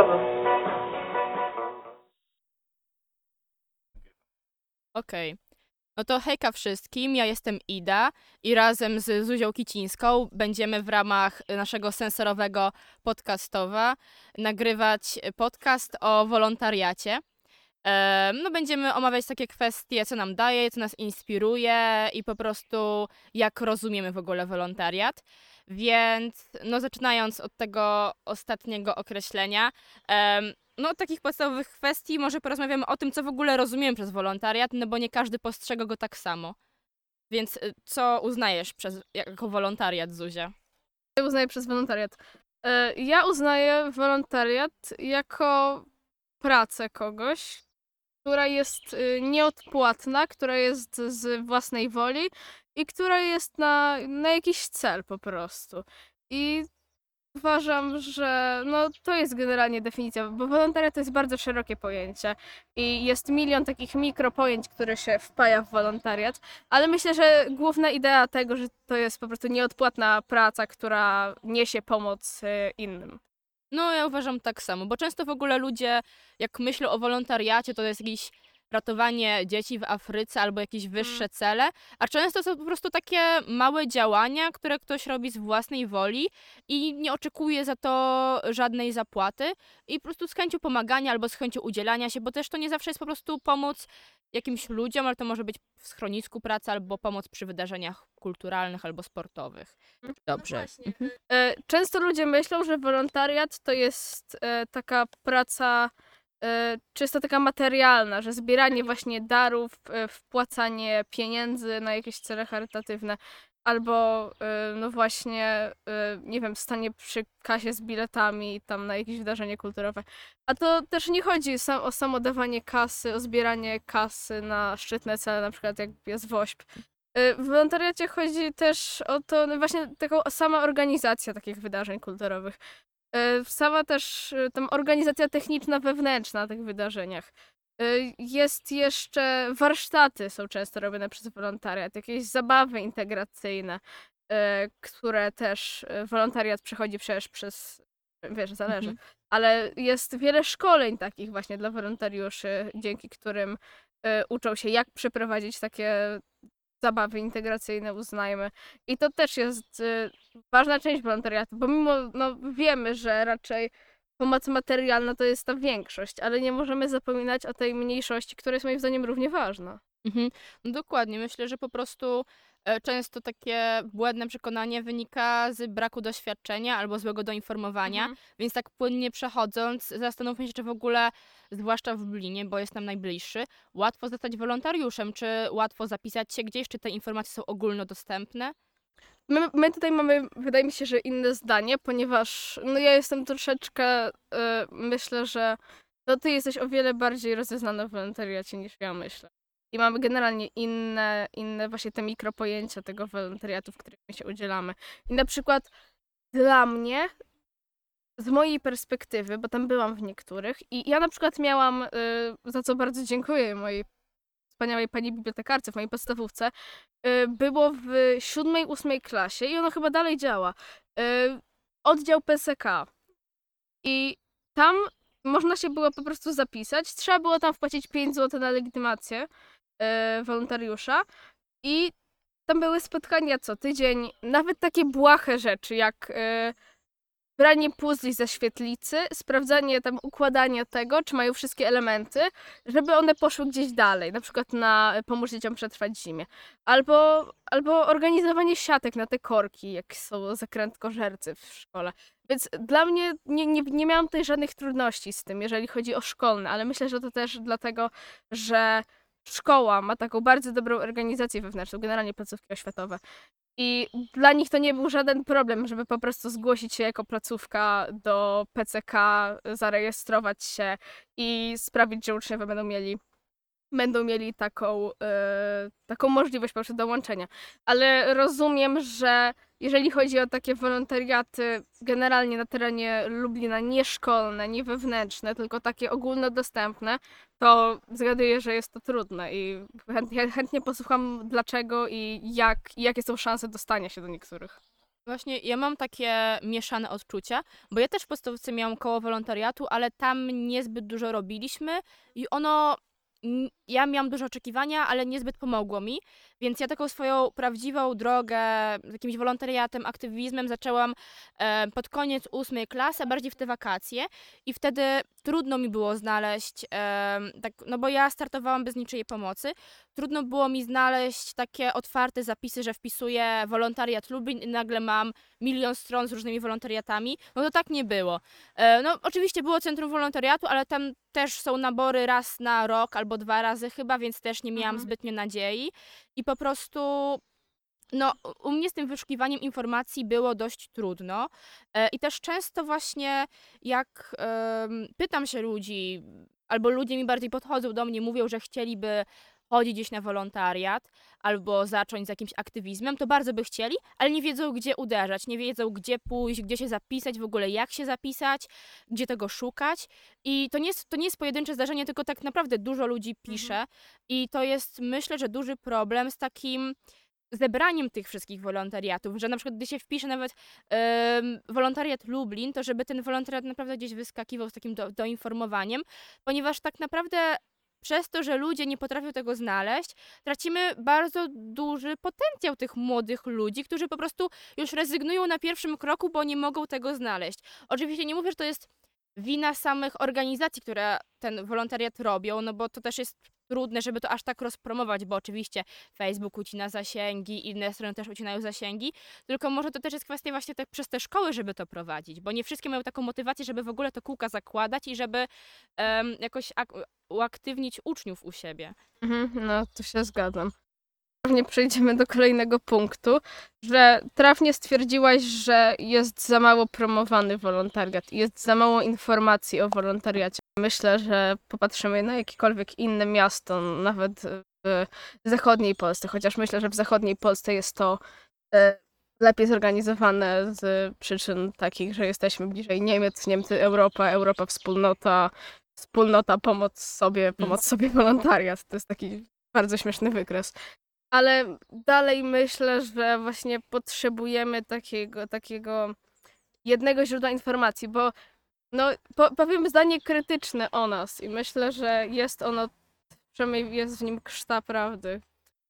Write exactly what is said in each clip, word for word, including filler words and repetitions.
Okej. No to hejka wszystkim, ja jestem Ida i razem z Zuzią Kicińską będziemy w ramach naszego sensorowego podcastowa nagrywać podcast o wolontariacie. Em, No będziemy omawiać takie kwestie, co nam daje, co nas inspiruje i po prostu jak rozumiemy w ogóle wolontariat. Więc no zaczynając od tego ostatniego określenia, em, no od takich podstawowych kwestii może porozmawiamy o tym, co w ogóle rozumiemy przez wolontariat, no bo nie każdy postrzega go tak samo. Więc y, co uznajesz przez, jako wolontariat, Zuzia? Ja uznaję przez wolontariat. E, Ja uznaję wolontariat jako pracę kogoś, która jest y, nieodpłatna, która jest z własnej woli i która jest na, na jakiś cel po prostu. I uważam, że no, to jest generalnie definicja, bo wolontariat to jest bardzo szerokie pojęcie i jest milion takich mikropojęć, które się wpaja w wolontariat, ale myślę, że główna idea tego, że to jest po prostu nieodpłatna praca, która niesie pomoc y, innym. No, ja uważam tak samo, bo często w ogóle ludzie, jak myślą o wolontariacie, to jest jakieś ratowanie dzieci w Afryce albo jakieś wyższe cele, a często są po prostu takie małe działania, które ktoś robi z własnej woli i nie oczekuje za to żadnej zapłaty i po prostu z chęcią pomagania albo z chęcią udzielania się, bo też to nie zawsze jest po prostu pomoc jakimś ludziom, ale to może być w schronisku praca albo pomoc przy wydarzeniach kulturalnych albo sportowych. Dobrze. Mhm. E, Często ludzie myślą, że wolontariat to jest e, taka praca e, czysto taka materialna, że zbieranie właśnie darów, e, wpłacanie pieniędzy na jakieś cele charytatywne, albo e, no właśnie, e, nie wiem, stanie przy kasie z biletami tam na jakieś wydarzenie kulturowe. A to też nie chodzi sam, o samo dawanie kasy, o zbieranie kasy na szczytne cele, na przykład jak jest WOŚP. Y, W wolontariacie chodzi też o to, no właśnie taką sama organizacja takich wydarzeń kulturowych. Y, Sama też y, tam organizacja techniczna wewnętrzna na tych wydarzeniach. Y, Jest jeszcze warsztaty są często robione przez wolontariat, jakieś zabawy integracyjne, y, które też y, wolontariat przechodzi przecież przez, wiesz, zależy, Mhm. ale jest wiele szkoleń takich właśnie dla wolontariuszy, dzięki którym y, uczą się, jak przeprowadzić takie zabawy integracyjne, uznajmy. I to też jest y, ważna część wolontariatu, bo mimo, no wiemy, że raczej pomoc materialna to jest ta większość, ale nie możemy zapominać o tej mniejszości, która jest moim zdaniem równie ważna. Mhm. No dokładnie. Myślę, że po prostu e, często takie błędne przekonanie wynika z braku doświadczenia albo złego doinformowania, Mhm. więc tak płynnie przechodząc, zastanówmy się, czy w ogóle, zwłaszcza w Lublinie, bo jest nam najbliższy, łatwo zostać wolontariuszem, czy łatwo zapisać się gdzieś, czy te informacje są ogólnodostępne? My, my tutaj mamy, wydaje mi się, że inne zdanie, ponieważ no ja jestem troszeczkę, y, myślę, że no ty jesteś o wiele bardziej rozeznana w wolontariacie niż ja myślę. I mamy generalnie inne, inne właśnie te mikropojęcia tego wolontariatu, w których my się udzielamy. I na przykład dla mnie, z mojej perspektywy, bo tam byłam w niektórych i ja na przykład miałam, y, za co bardzo dziękuję mojej wspaniałej pani bibliotekarce w mojej podstawówce, y, było w siódmej, ósmej klasie i ono chyba dalej działa. y, Oddział P S K. I tam można się było po prostu zapisać. Trzeba było tam wpłacić pięć złotych na legitymację y, wolontariusza i tam były spotkania co tydzień, nawet takie błahe rzeczy jak y, branie puzli ze świetlicy, sprawdzanie tam układania tego, czy mają wszystkie elementy, żeby one poszły gdzieś dalej, na przykład na pomóż dzieciom przetrwać zimę. Albo, albo organizowanie siatek na te korki, jak są zakrętkożercy w szkole. Więc dla mnie nie, nie, nie miałam tutaj żadnych trudności z tym, jeżeli chodzi o szkolne, ale myślę, że to też dlatego, że szkoła ma taką bardzo dobrą organizację wewnętrzną, generalnie placówki oświatowe. I dla nich to nie był żaden problem, żeby po prostu zgłosić się jako placówka do P C K, zarejestrować się i sprawić, że uczniowie będą mieli, będą mieli taką, e, taką możliwość po prostu dołączenia. Ale rozumiem, że jeżeli chodzi o takie wolontariaty generalnie na terenie Lublina, nie szkolne, nie wewnętrzne, tylko takie ogólnodostępne, to zgaduję, że jest to trudne i chętnie, chętnie posłucham dlaczego i jak, i jakie są szanse dostania się do niektórych. Właśnie ja mam takie mieszane odczucia, bo ja też w podstawce miałam koło wolontariatu, ale tam niezbyt dużo robiliśmy i ono, n- ja miałam duże oczekiwania, ale niezbyt pomogło mi, więc ja taką swoją prawdziwą drogę z jakimś wolontariatem, aktywizmem zaczęłam e, pod koniec ósmej klasy, a bardziej w te wakacje i wtedy trudno mi było znaleźć, e, tak, no bo ja startowałam bez niczyjej pomocy, trudno było mi znaleźć takie otwarte zapisy, że wpisuję wolontariat Lublin i nagle mam milion stron z różnymi wolontariatami. No to tak nie było. E, No oczywiście było centrum wolontariatu, ale tam też są nabory raz na rok albo dwa razy chyba, więc też nie miałam Mhm. zbytnio nadziei. I po prostu no, u mnie z tym wyszukiwaniem informacji było dość trudno. E, I też często właśnie jak em, pytam się ludzi, albo ludzie mi bardziej podchodzą do mnie, mówią, że chcieliby chodzić gdzieś na wolontariat, albo zacząć z jakimś aktywizmem, to bardzo by chcieli, ale nie wiedzą, gdzie uderzać, nie wiedzą, gdzie pójść, gdzie się zapisać, w ogóle jak się zapisać, gdzie tego szukać. I to nie jest, to nie jest pojedyncze zdarzenie, tylko tak naprawdę dużo ludzi pisze. I to jest, myślę, że duży problem z takim zebraniem tych wszystkich wolontariatów, że na przykład gdy się wpisze nawet em, wolontariat Lublin, to żeby ten wolontariat naprawdę gdzieś wyskakiwał z takim do, doinformowaniem, ponieważ tak naprawdę przez to, że ludzie nie potrafią tego znaleźć, tracimy bardzo duży potencjał tych młodych ludzi, którzy po prostu już rezygnują na pierwszym kroku, bo nie mogą tego znaleźć. Oczywiście nie mówię, że to jest wina samych organizacji, które ten wolontariat robią, no bo to też jest trudne, żeby to aż tak rozpromować, bo oczywiście Facebook ucina zasięgi, inne strony też ucinają zasięgi, tylko może to też jest kwestia właśnie tak przez te szkoły, żeby to prowadzić, bo nie wszystkie mają taką motywację, żeby w ogóle to kółka zakładać i żeby em, jakoś ak- uaktywnić uczniów u siebie. Mhm, no, tu się zgadzam. Pewnie przejdziemy do kolejnego punktu, że trafnie stwierdziłaś, że jest za mało promowany wolontariat i jest za mało informacji o wolontariacie. Myślę, że popatrzymy na jakiekolwiek inne miasto, nawet w zachodniej Polsce, chociaż myślę, że w zachodniej Polsce jest to e, lepiej zorganizowane z przyczyn takich, że jesteśmy bliżej Niemiec, Niemcy, Europa, Europa, wspólnota, wspólnota, pomoc sobie, pomoc sobie, wolontariat. To jest taki bardzo śmieszny wykres. Ale dalej myślę, że właśnie potrzebujemy takiego, takiego jednego źródła informacji, bo no, po, powiem zdanie krytyczne o nas i myślę, że jest ono, przynajmniej jest w nim krzta prawdy.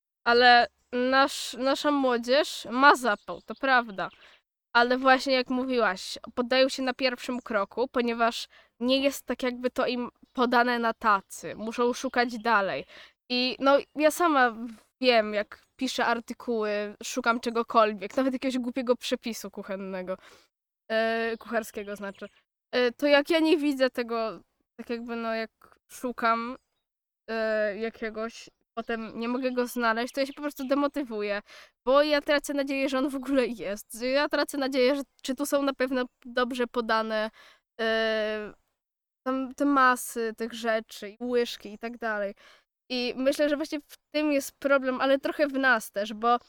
Ale nasz, nasza młodzież ma zapał, to prawda. Ale właśnie jak mówiłaś, poddają się na pierwszym kroku, ponieważ nie jest tak jakby to im podane na tacy. Muszą szukać dalej. I no ja sama wiem, jak piszę artykuły, szukam czegokolwiek, nawet jakiegoś głupiego przepisu kuchennego, e, kucharskiego znaczy. E, to jak ja nie widzę tego, tak jakby no jak szukam e, jakiegoś, potem nie mogę go znaleźć, to ja się po prostu demotywuję, bo ja tracę nadzieję, że on w ogóle jest. Ja tracę nadzieję, że czy tu są na pewno dobrze podane e, tam te masy tych rzeczy, i łyżki i tak dalej. I myślę, że właśnie w tym jest problem, ale trochę w nas też, bo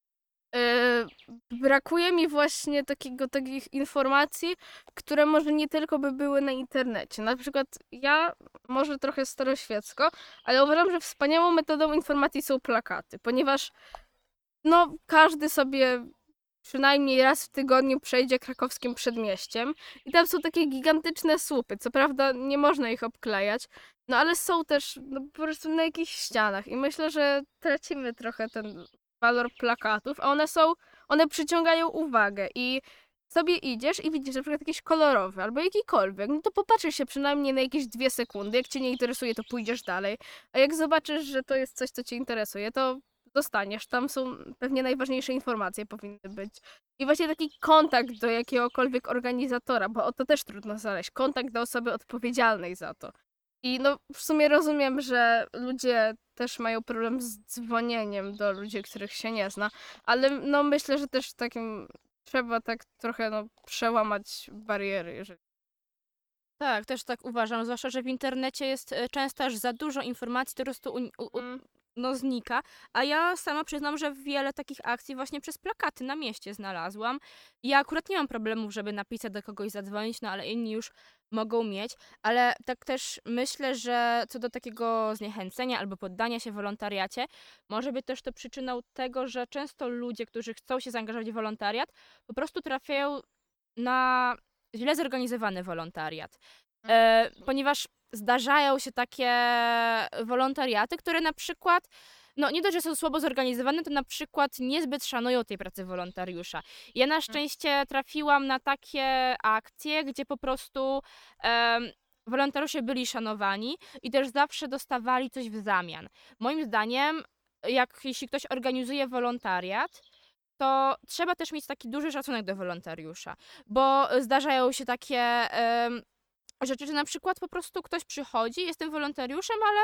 e, brakuje mi właśnie takiego, takich informacji, które może nie tylko by były na internecie. Na przykład ja, może trochę staroświecko, ale uważam, że wspaniałą metodą informacji są plakaty, ponieważ no każdy sobie przynajmniej raz w tygodniu przejdzie krakowskim przedmieściem i tam są takie gigantyczne słupy. Co prawda nie można ich obklejać, no ale są też no, po prostu na jakichś ścianach i myślę, że tracimy trochę ten walor plakatów, a one są, one przyciągają uwagę i sobie idziesz i widzisz na przykład jakiś kolorowy albo jakikolwiek, no to popatrzysz się przynajmniej na jakieś dwie sekundy, jak cię nie interesuje, to pójdziesz dalej, a jak zobaczysz, że to jest coś, co cię interesuje, to dostaniesz. Tam są pewnie najważniejsze informacje powinny być. I właśnie taki kontakt do jakiegokolwiek organizatora, bo o to też trudno znaleźć. Kontakt do osoby odpowiedzialnej za to. I no w sumie rozumiem, że ludzie też mają problem z dzwonieniem do ludzi, których się nie zna, ale no myślę, że też takim trzeba tak trochę no, przełamać bariery, jeżeli... Tak, też tak uważam, zwłaszcza, że w internecie jest e, często aż za dużo informacji, to po prostu u, u, u, Mm. no znika, a ja sama przyznam, że wiele takich akcji właśnie przez plakaty na mieście znalazłam. Ja akurat nie mam problemów, żeby napisać do kogoś, zadzwonić, no ale inni już mogą mieć, ale tak też myślę, że co do takiego zniechęcenia albo poddania się wolontariacie, może być też to przyczyną tego, że często ludzie, którzy chcą się zaangażować w wolontariat, po prostu trafiają na źle zorganizowany wolontariat. E, ponieważ zdarzają się takie wolontariaty, które na przykład, no nie dość, że są słabo zorganizowane, to na przykład niezbyt szanują tej pracy wolontariusza. Ja na szczęście trafiłam na takie akcje, gdzie po prostu em, wolontariusze byli szanowani i też zawsze dostawali coś w zamian. Moim zdaniem, jak jeśli ktoś organizuje wolontariat, to trzeba też mieć taki duży szacunek do wolontariusza, bo zdarzają się takie em, rzeczy, że na przykład po prostu ktoś przychodzi, jestem wolontariuszem, ale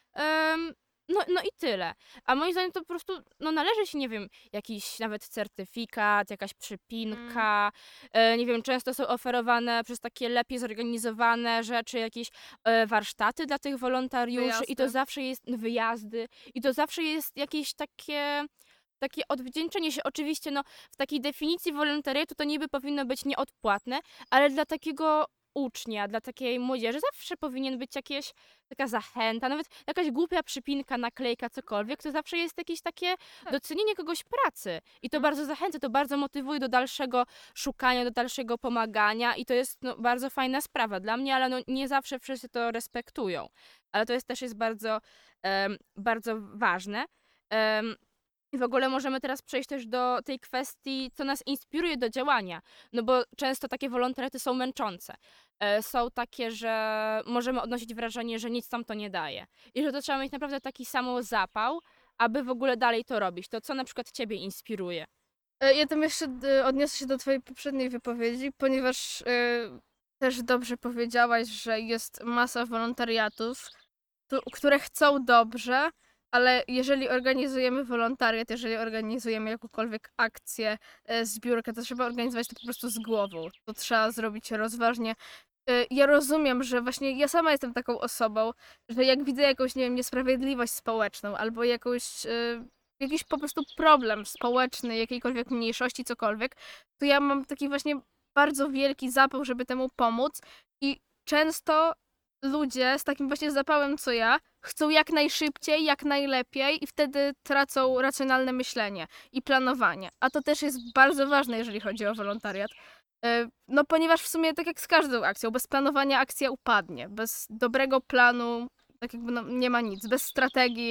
em, no, no i tyle. A moim zdaniem to po prostu, no należy się, nie wiem, jakiś nawet certyfikat, jakaś Mm. przypinka, e, nie wiem, często są oferowane przez takie lepiej zorganizowane rzeczy, jakieś e, warsztaty dla tych wolontariuszy i to Wyjazdy. zawsze jest wyjazdy i to zawsze jest jakieś takie takie odwdzięczenie się. Oczywiście, no, w takiej definicji wolontariatu to niby powinno być nieodpłatne, ale dla takiego ucznia, dla takiej młodzieży zawsze powinien być jakieś, taka zachęta, nawet jakaś głupia przypinka, naklejka, cokolwiek, to zawsze jest jakieś takie docenienie kogoś pracy. I to Mhm. bardzo zachęca, to bardzo motywuje do dalszego szukania, do dalszego pomagania i to jest no, bardzo fajna sprawa dla mnie, ale no, nie zawsze wszyscy to respektują. Ale to jest też jest bardzo, em, bardzo ważne. Em, i w ogóle możemy teraz przejść też do tej kwestii, co nas inspiruje do działania. No bo często takie wolontariaty są męczące. E, Są takie, że możemy odnosić wrażenie, że nic tam to nie daje. I że to trzeba mieć naprawdę taki samozapał, aby w ogóle dalej to robić. To co na przykład ciebie inspiruje? E, Ja tam jeszcze e, odniosę się do twojej poprzedniej wypowiedzi, ponieważ e, też dobrze powiedziałaś, że jest masa wolontariatów, tu- które chcą dobrze, ale jeżeli organizujemy wolontariat, jeżeli organizujemy jakąkolwiek akcję, e, zbiórkę, to trzeba organizować to po prostu z głową. To trzeba zrobić rozważnie. E, Ja rozumiem, że właśnie ja sama jestem taką osobą, że jak widzę jakąś, nie wiem, niesprawiedliwość społeczną albo jakąś, e, jakiś po prostu problem społeczny, jakiejkolwiek mniejszości, cokolwiek, to ja mam taki właśnie bardzo wielki zapał, żeby temu pomóc i często ludzie z takim właśnie zapałem co ja chcą jak najszybciej, jak najlepiej i wtedy tracą racjonalne myślenie i planowanie. A to też jest bardzo ważne, jeżeli chodzi o wolontariat. E, No ponieważ w sumie tak jak z każdą akcją, bez planowania akcja upadnie. Bez dobrego planu tak jakby no, nie ma nic. Bez strategii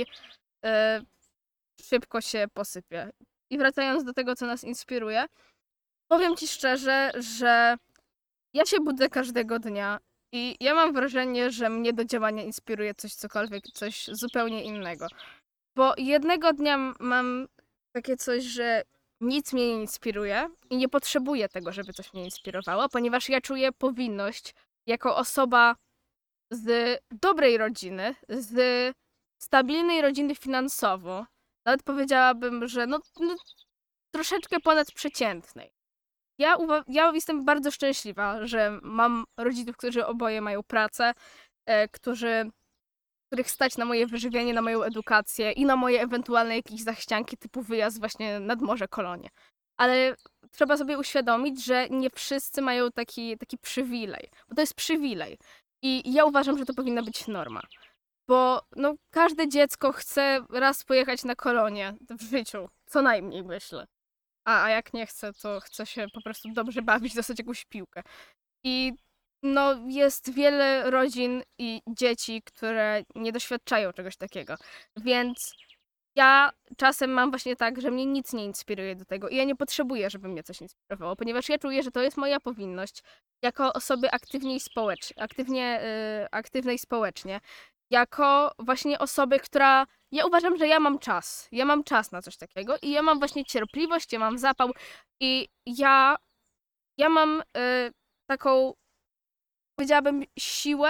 e, szybko się posypie. I wracając do tego, co nas inspiruje, powiem ci szczerze, że ja się budzę każdego dnia i ja mam wrażenie, że mnie do działania inspiruje coś cokolwiek, coś zupełnie innego. Bo jednego dnia m- mam takie coś, że nic mnie nie inspiruje i nie potrzebuję tego, żeby coś mnie inspirowało, ponieważ ja czuję powinność jako osoba z dobrej rodziny, z stabilnej rodziny finansowo, nawet powiedziałabym, że no, no troszeczkę ponadprzeciętnej. Ja, uwa- ja jestem bardzo szczęśliwa, że mam rodziców, którzy oboje mają pracę, e, którzy, których stać na moje wyżywienie, na moją edukację i na moje ewentualne jakieś zachcianki typu wyjazd właśnie nad Morze Kolonie. Ale trzeba sobie uświadomić, że nie wszyscy mają taki, taki przywilej, bo to jest przywilej. I ja uważam, że to powinna być norma. Bo no, każde dziecko chce raz pojechać na kolonie w życiu, co najmniej myślę. A, a jak nie chce, to chce się po prostu dobrze bawić, dostać jakąś piłkę. I no, jest wiele rodzin i dzieci, które nie doświadczają czegoś takiego. Więc ja czasem mam właśnie tak, że mnie nic nie inspiruje do tego i ja nie potrzebuję, żeby mnie coś inspirowało, ponieważ ja czuję, że to jest moja powinność jako osoby aktywniej społecznie, aktywnie, yy, aktywnej społecznie, jako właśnie osoby, która ja uważam, że ja mam czas. Ja mam czas na coś takiego i ja mam właśnie cierpliwość, ja mam zapał i ja, ja mam y, taką, powiedziałabym, siłę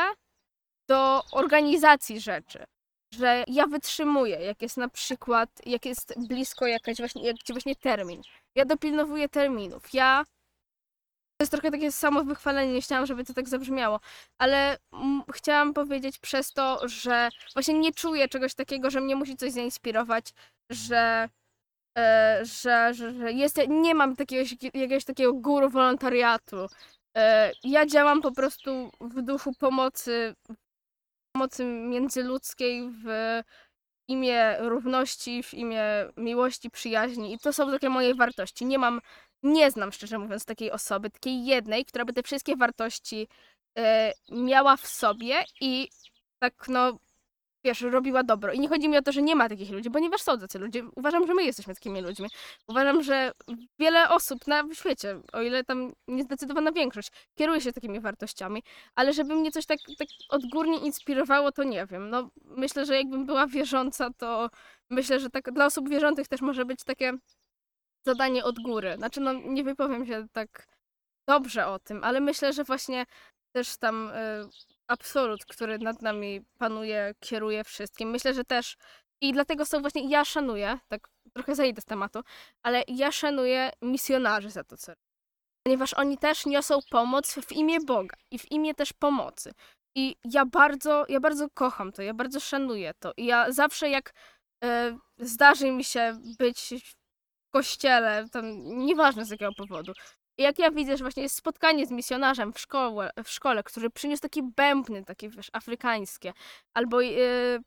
do organizacji rzeczy. Że ja wytrzymuję, jak jest na przykład, jak jest blisko jakaś właśnie, jakiś właśnie termin. Ja dopilnowuję terminów. Ja To jest trochę takie samowychwalenie, nie chciałam, żeby to tak zabrzmiało, ale mm, chciałam powiedzieć przez to, że właśnie nie czuję czegoś takiego, że mnie musi coś zainspirować, że, e, że, że, że jest, nie mam takiego, jakiegoś takiego guru wolontariatu. E, ja działam po prostu w duchu pomocy, pomocy międzyludzkiej, w imię równości, w imię miłości, przyjaźni i to są takie moje wartości. Nie mam, nie znam szczerze mówiąc takiej osoby, takiej jednej, która by te wszystkie wartości e, miała w sobie i tak no, wiesz, robiła dobro. I nie chodzi mi o to, że nie ma takich ludzi, ponieważ są tacy ludzie. Uważam, że my jesteśmy takimi ludźmi. Uważam, że wiele osób na świecie, o ile tam niezdecydowana większość, kieruje się takimi wartościami, ale żeby mnie coś tak, tak odgórnie inspirowało, to nie wiem. No, myślę, że jakbym była wierząca, to myślę, że tak dla osób wierzących też może być takie zadanie od góry. Znaczy, no nie wypowiem się tak dobrze o tym, ale myślę, że właśnie też tam y, absolut, który nad nami panuje, kieruje wszystkim. Myślę, że też i dlatego są właśnie, ja szanuję, tak trochę zejdę z tematu, ale ja szanuję misjonarzy za to, co robią. Ponieważ oni też niosą pomoc w imię Boga i w imię też pomocy. I ja bardzo, ja bardzo kocham to, ja bardzo szanuję to. I ja zawsze jak y, zdarzy mi się być w kościele, tam nieważne z jakiego powodu. I jak ja widzę, że właśnie jest spotkanie z misjonarzem w szkole, w szkole, który przyniósł takie bębny, takie wiesz, afrykańskie, albo yy,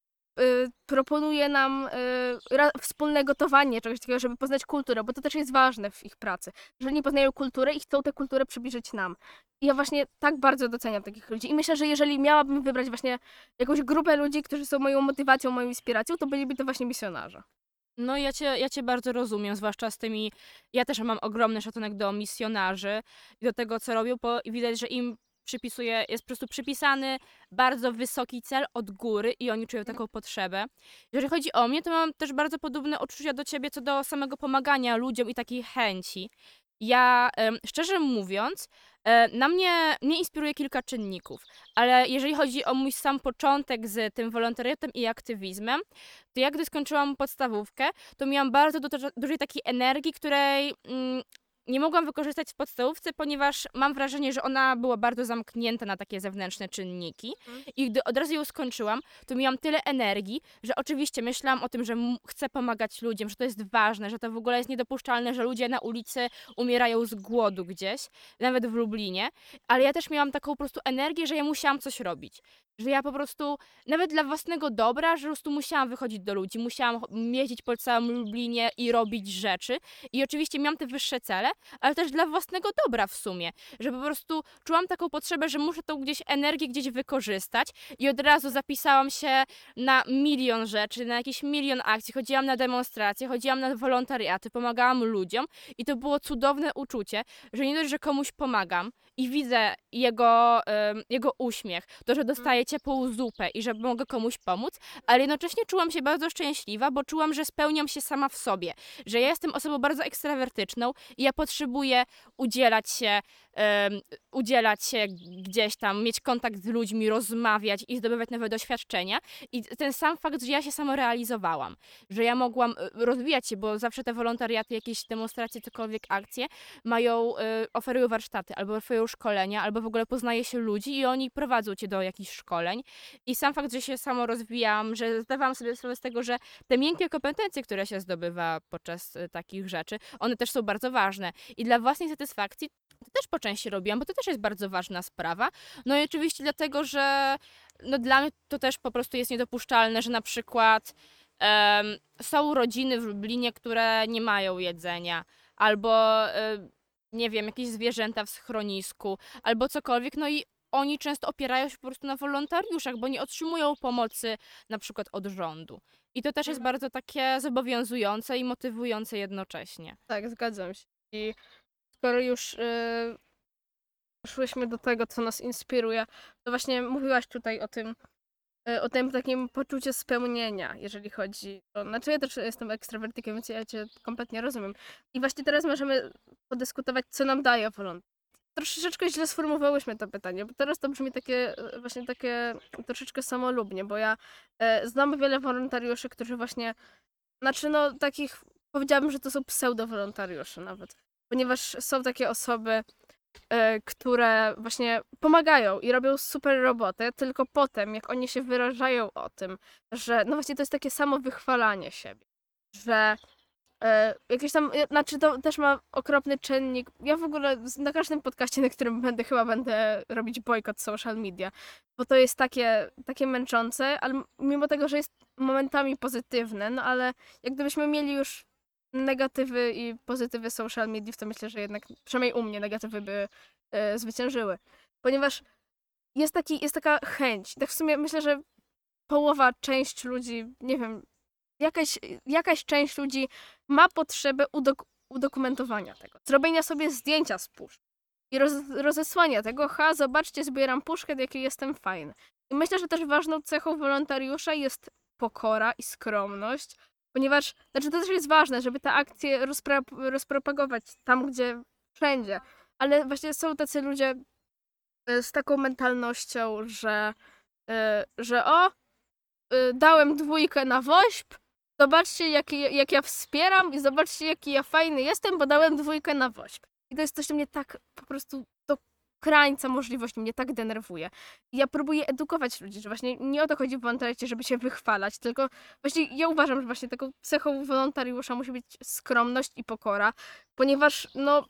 yy, proponuje nam yy, ra- wspólne gotowanie czegoś takiego, żeby poznać kulturę, bo to też jest ważne w ich pracy, że nie poznają kulturę i chcą tę kulturę przybliżyć nam. I ja właśnie tak bardzo doceniam takich ludzi. I myślę, że jeżeli miałabym wybrać właśnie jakąś grupę ludzi, którzy są moją motywacją, moją inspiracją, to byliby to właśnie misjonarze. No ja cię, ja cię bardzo rozumiem, zwłaszcza z tymi, ja też mam ogromny szacunek do misjonarzy i do tego, co robią, bo widać, że im przypisuje, jest po prostu przypisany bardzo wysoki cel od góry i oni czują taką potrzebę. Jeżeli chodzi o mnie, to mam też bardzo podobne odczucia do ciebie co do samego pomagania ludziom i takiej chęci. Ja, em, szczerze mówiąc, e, na mnie, mnie inspiruje kilka czynników, ale jeżeli chodzi o mój sam początek z tym wolontariatem i aktywizmem, to ja gdy skończyłam podstawówkę, to miałam bardzo dużo, dużej takiej energii, której mm, nie mogłam wykorzystać w podstawówce, ponieważ mam wrażenie, że ona była bardzo zamknięta na takie zewnętrzne czynniki. Mhm. I gdy od razu ją skończyłam, to miałam tyle energii, że oczywiście myślałam o tym, że m- chcę pomagać ludziom, że to jest ważne, że to w ogóle jest niedopuszczalne, że ludzie na ulicy umierają z głodu gdzieś, nawet w Lublinie. Ale ja też miałam taką po prostu energię, że ja musiałam coś robić. Że ja po prostu, nawet dla własnego dobra, że po prostu musiałam wychodzić do ludzi, musiałam ch- jeździć po całym Lublinie i robić rzeczy. I oczywiście miałam te wyższe cele, ale też dla własnego dobra w sumie, że po prostu czułam taką potrzebę, że muszę tą gdzieś energię gdzieś wykorzystać i od razu zapisałam się na milion rzeczy, na jakiś milion akcji, chodziłam na demonstracje, chodziłam na wolontariaty, pomagałam ludziom i to było cudowne uczucie, że nie dość, że komuś pomagam i widzę jego, em, jego uśmiech, to, że dostaję ciepłą zupę i że mogę komuś pomóc, ale jednocześnie czułam się bardzo szczęśliwa, bo czułam, że spełniam się sama w sobie, że ja jestem osobą bardzo ekstrawertyczną i ja potrzebuję udzielać się, em, udzielać się gdzieś tam, mieć kontakt z ludźmi, rozmawiać i zdobywać nowe doświadczenia. I ten sam fakt, że ja się samorealizowałam, że ja mogłam e, rozwijać się, bo zawsze te wolontariaty, jakieś demonstracje, cokolwiek akcje mają, e, oferują warsztaty, albo oferują szkolenia, albo w ogóle poznaje się ludzi i oni prowadzą cię do jakichś szkoleń. I sam fakt, że się samo rozwijałam, że zdawałam sobie sprawę z tego, że te miękkie kompetencje, które się zdobywa podczas e, takich rzeczy, one też są bardzo ważne. I dla własnej satysfakcji to też po części robiłam, bo to też jest bardzo ważna sprawa. No i oczywiście dlatego, że no dla mnie to też po prostu jest niedopuszczalne, że na przykład em, są rodziny w Lublinie, które nie mają jedzenia, albo em, nie wiem, jakieś zwierzęta w schronisku, albo cokolwiek, no i oni często opierają się po prostu na wolontariuszach, bo nie otrzymują pomocy na przykład od rządu. I to też jest bardzo takie zobowiązujące i motywujące jednocześnie. Tak, zgadzam się. I skoro już y, szłyśmy do tego, co nas inspiruje, to właśnie mówiłaś tutaj o tym, y, o tym takim poczuciu spełnienia, jeżeli chodzi o... Znaczy ja też jestem ekstrawertykiem, więc ja cię kompletnie rozumiem. I właśnie teraz możemy podyskutować, co nam daje wolontariat. Troszeczkę źle sformułowałyśmy to pytanie, bo teraz to brzmi takie, y, właśnie takie troszeczkę samolubnie, bo ja y, znam wiele wolontariuszy, którzy właśnie, znaczy no takich, powiedziałabym, że to są pseudo-wolontariusze nawet, ponieważ są takie osoby, e, które właśnie pomagają i robią super robotę, tylko potem, jak oni się wyrażają o tym, że no właśnie to jest takie samo wychwalanie siebie, że e, jakieś tam, e, znaczy to też ma okropny czynnik. Ja w ogóle z- na każdym podcaście, na którym będę, chyba będę robić bojkot social media, bo to jest takie, takie męczące, ale m- mimo tego, że jest momentami pozytywne, no ale jak gdybyśmy mieli już negatywy i pozytywy social media, to myślę, że jednak, przynajmniej u mnie, negatywy by e, zwyciężyły. Ponieważ jest, taki, jest taka chęć. Tak w sumie myślę, że połowa, część ludzi, nie wiem, jakaś, jakaś część ludzi ma potrzebę udok- udokumentowania tego. Zrobienia sobie zdjęcia z puszki i roz- rozesłania tego, ha, zobaczcie, zbieram puszkę, jaki jestem fajny. I myślę, że też ważną cechą wolontariusza jest pokora i skromność, ponieważ, znaczy to też jest ważne, żeby te akcje rozpra- rozpropagować tam, gdzie wszędzie, ale właśnie są tacy ludzie e, z taką mentalnością, że, e, że o, y, dałem dwójkę na wośp, zobaczcie jaki, jak ja wspieram i zobaczcie jaki ja fajny jestem, bo dałem dwójkę na wośp. I to jest coś, co mnie tak po prostu do krańca możliwości mnie tak denerwuje. I ja próbuję edukować ludzi, że właśnie nie o to chodzi w wolontariacie, żeby się wychwalać, tylko właśnie ja uważam, że właśnie taką cechą wolontariusza musi być skromność i pokora, ponieważ no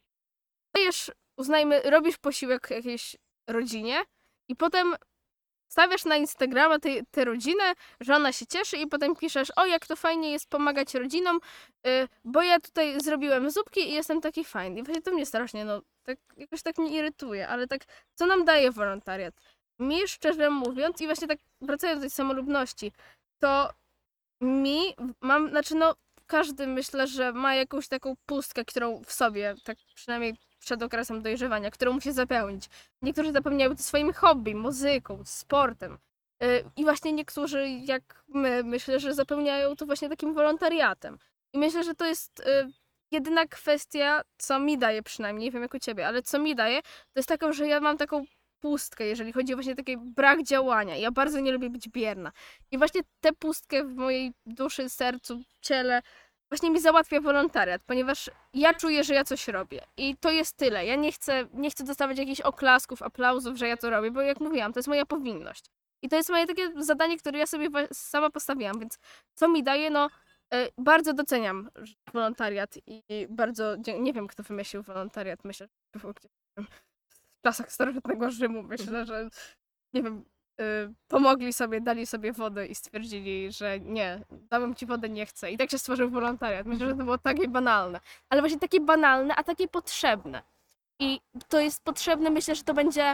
dajesz, uznajmy, robisz posiłek jakiejś rodzinie i potem stawiasz na Instagrama tę rodzinę, że ona się cieszy i potem piszesz, o jak to fajnie jest pomagać rodzinom, y, bo ja tutaj zrobiłem zupki i jestem taki fajny. I właśnie to mnie strasznie, no, tak, jakoś tak mnie irytuje, ale tak, co nam daje wolontariat? Mi, szczerze mówiąc, i właśnie tak wracając do tej samolubności, to mi, mam, znaczy no, każdy myślę, że ma jakąś taką pustkę, którą w sobie, tak przynajmniej przed okresem dojrzewania, którą musi zapełnić. Niektórzy zapełniają to swoim hobby, muzyką, sportem. Yy, I właśnie niektórzy, jak my, myślę, że zapełniają to właśnie takim wolontariatem. I myślę, że to jest yy, jedyna kwestia, co mi daje przynajmniej, nie wiem jak u ciebie, ale co mi daje, to jest taką, że ja mam taką pustkę, jeżeli chodzi o właśnie taki brak działania. Ja bardzo nie lubię być bierna. I właśnie tę pustkę w mojej duszy, sercu, ciele właśnie mi załatwia wolontariat, ponieważ ja czuję, że ja coś robię. I to jest tyle. Ja nie chcę, nie chcę dostawać jakichś oklasków, aplauzów, że ja to robię, bo jak mówiłam, to jest moja powinność. I to jest moje takie zadanie, które ja sobie wa- sama postawiłam, więc co mi daje, no e, bardzo doceniam wolontariat i bardzo, dzie- nie wiem kto wymyślił wolontariat, myślę, że było gdzieś w czasach starożytnego Rzymu, myślę, że nie wiem, y, pomogli sobie, dali sobie wodę i stwierdzili, że nie, dałem ci wodę, nie chcę. I tak się stworzył wolontariat. Myślę, że to było takie banalne. Ale właśnie takie banalne, a takie potrzebne. I to jest potrzebne, myślę, że to będzie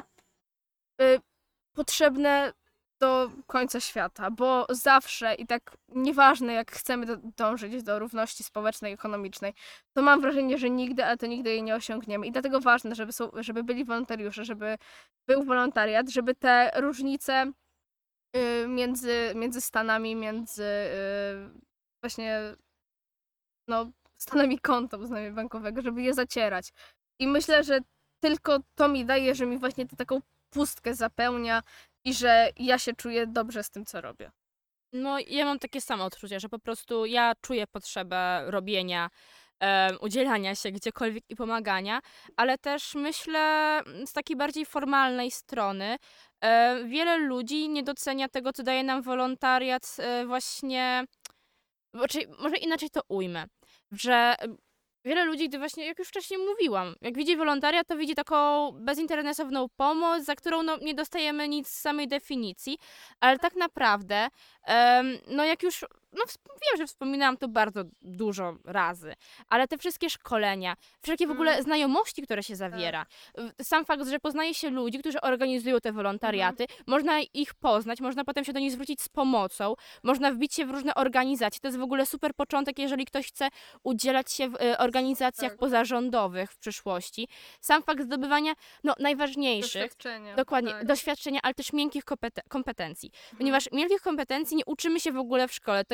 y, potrzebne do końca świata, bo zawsze i tak nieważne jak chcemy do, dążyć do równości społecznej i ekonomicznej, to mam wrażenie, że nigdy, ale to nigdy jej nie osiągniemy. I dlatego ważne, żeby, są, żeby byli wolontariusze, żeby był wolontariat, żeby te różnice y, między, między Stanami, między y, właśnie no, Stanami konta uznajmy bankowego, żeby je zacierać. I myślę, że tylko to mi daje, że mi właśnie tę taką pustkę zapełnia i że ja się czuję dobrze z tym, co robię. No, ja mam takie samo odczucie, że po prostu ja czuję potrzebę robienia, em, udzielania się gdziekolwiek i pomagania, ale też myślę mm, z takiej bardziej formalnej strony, e, wiele ludzi nie docenia tego, co daje nam wolontariat, e, właśnie, znaczy, może inaczej to ujmę, że e, wiele ludzi, gdy właśnie, jak już wcześniej mówiłam, jak widzi wolontariat, to widzi taką bezinteresowną pomoc, za którą no, nie dostajemy nic z samej definicji, ale tak naprawdę, em, no jak już, no wsp- wiem, że wspominałam to bardzo dużo razy, ale te wszystkie szkolenia, wszelkie w ogóle Mm. znajomości, które się zawiera, w- sam fakt, że poznaje się ludzi, którzy organizują te wolontariaty, można ich poznać, można potem się do nich zwrócić z pomocą, można wbić się w różne organizacje, to jest w ogóle super początek, jeżeli ktoś chce udzielać się w e, organizacjach Tak. pozarządowych w przyszłości. Sam fakt zdobywania no, najważniejszych, Doświadczenia. dokładnie, Tak. doświadczenia, ale też miękkich kompeten- kompetencji. Ponieważ miękkich kompetencji nie uczymy się w ogóle w szkole. To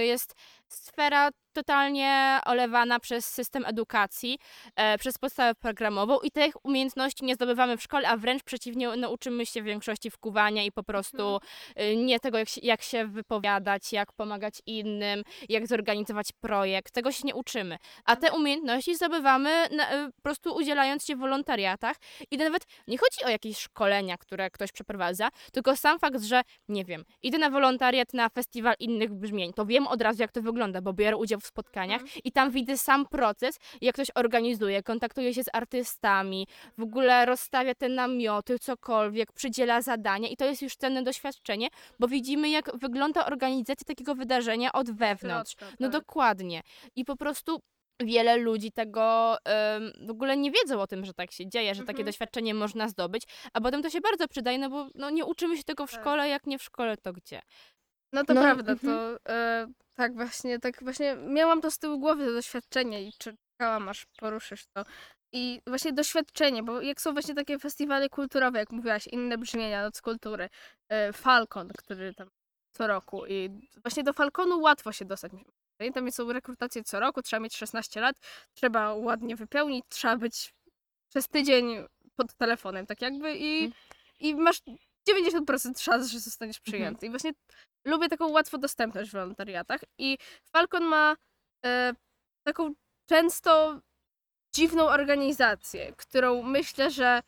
jest sfera totalnie olewana przez system edukacji, e, przez podstawę programową i tych umiejętności nie zdobywamy w szkole, a wręcz przeciwnie, nauczymy się w większości wkuwania i po prostu y, nie tego, jak się, jak się wypowiadać, jak pomagać innym, jak zorganizować projekt. Tego się nie uczymy. A te umiejętności zdobywamy na, y, po prostu udzielając się w wolontariatach i nawet nie chodzi o jakieś szkolenia, które ktoś przeprowadza, tylko sam fakt, że nie wiem, idę na wolontariat na festiwal innych brzmień, to wiem od razu, jak to wygląda, bo biorę udział w spotkaniach i tam widzę sam proces, jak ktoś organizuje, kontaktuje się z artystami, w ogóle rozstawia te namioty, cokolwiek, przydziela zadania i to jest już cenne doświadczenie, bo widzimy, jak wygląda organizacja takiego wydarzenia od wewnątrz. Środka, No tak. dokładnie. I po prostu wiele ludzi tego em, w ogóle nie wiedzą o tym, że tak się dzieje, że takie Mhm. doświadczenie można zdobyć, a potem to się bardzo przydaje, no bo no, nie uczymy się tego w Tak. szkole, jak nie w szkole, to gdzie? No to No, prawda, mhm. to e, tak właśnie, tak właśnie miałam to z tyłu głowy, to doświadczenie i czekałam, aż poruszysz to. I właśnie doświadczenie, bo jak są właśnie takie festiwale kulturowe, jak mówiłaś, inne brzmienia, Noc Kultury, e, Falcon, który tam co roku i właśnie do Falconu łatwo się dostać. Tam są rekrutacje co roku, trzeba mieć szesnaście lat, trzeba ładnie wypełnić, trzeba być przez tydzień pod telefonem, tak jakby i, Mhm. i masz dziewięćdziesiąt procent szans, że zostaniesz przyjęty. I właśnie lubię taką łatwą dostępność w wolontariatach i Falcon ma e, taką często dziwną organizację, którą myślę, że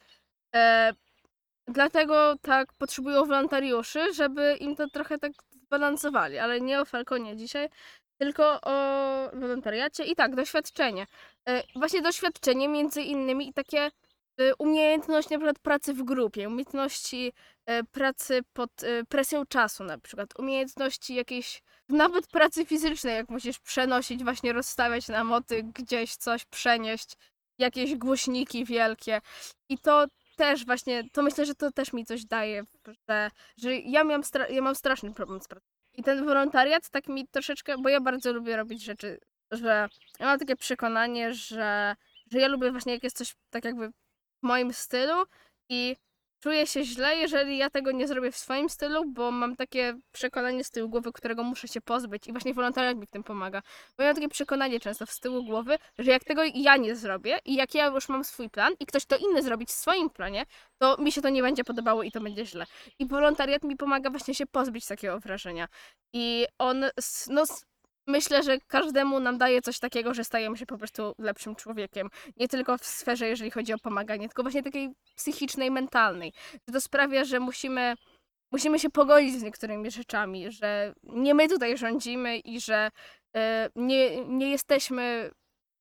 e, dlatego tak potrzebują wolontariuszy, żeby im to trochę tak zbalansowali, ale nie o Falconie dzisiaj, tylko o wolontariacie i tak, doświadczenie. E, Właśnie doświadczenie między innymi i takie e, umiejętności na przykład pracy w grupie, umiejętności e, pracy pod e, presją czasu na przykład, umiejętności jakiejś, nawet pracy fizycznej, jak musisz przenosić, właśnie rozstawiać na moty gdzieś coś, przenieść, jakieś głośniki wielkie i to też właśnie, to myślę, że to też mi coś daje, że, że ja, miałam stra- ja mam straszny problem z pracą. I ten wolontariat tak mi troszeczkę, bo ja bardzo lubię robić rzeczy, że ja mam takie przekonanie, że, że ja lubię właśnie jak jest coś tak jakby w moim stylu i czuję się źle, jeżeli ja tego nie zrobię w swoim stylu, bo mam takie przekonanie z tyłu głowy, którego muszę się pozbyć i właśnie wolontariat mi w tym pomaga. Bo ja mam takie przekonanie często z tyłu głowy, że jak tego ja nie zrobię i jak ja już mam swój plan i ktoś to inny zrobić w swoim planie, to mi się to nie będzie podobało i to będzie źle. I wolontariat mi pomaga właśnie się pozbyć takiego wrażenia. I on, s- no s- myślę, że każdemu nam daje coś takiego, że stajemy się po prostu lepszym człowiekiem. Nie tylko w sferze, jeżeli chodzi o pomaganie, tylko właśnie takiej psychicznej, mentalnej. Że to sprawia, że musimy, musimy się pogodzić z niektórymi rzeczami, że nie my tutaj rządzimy i że e, nie, nie jesteśmy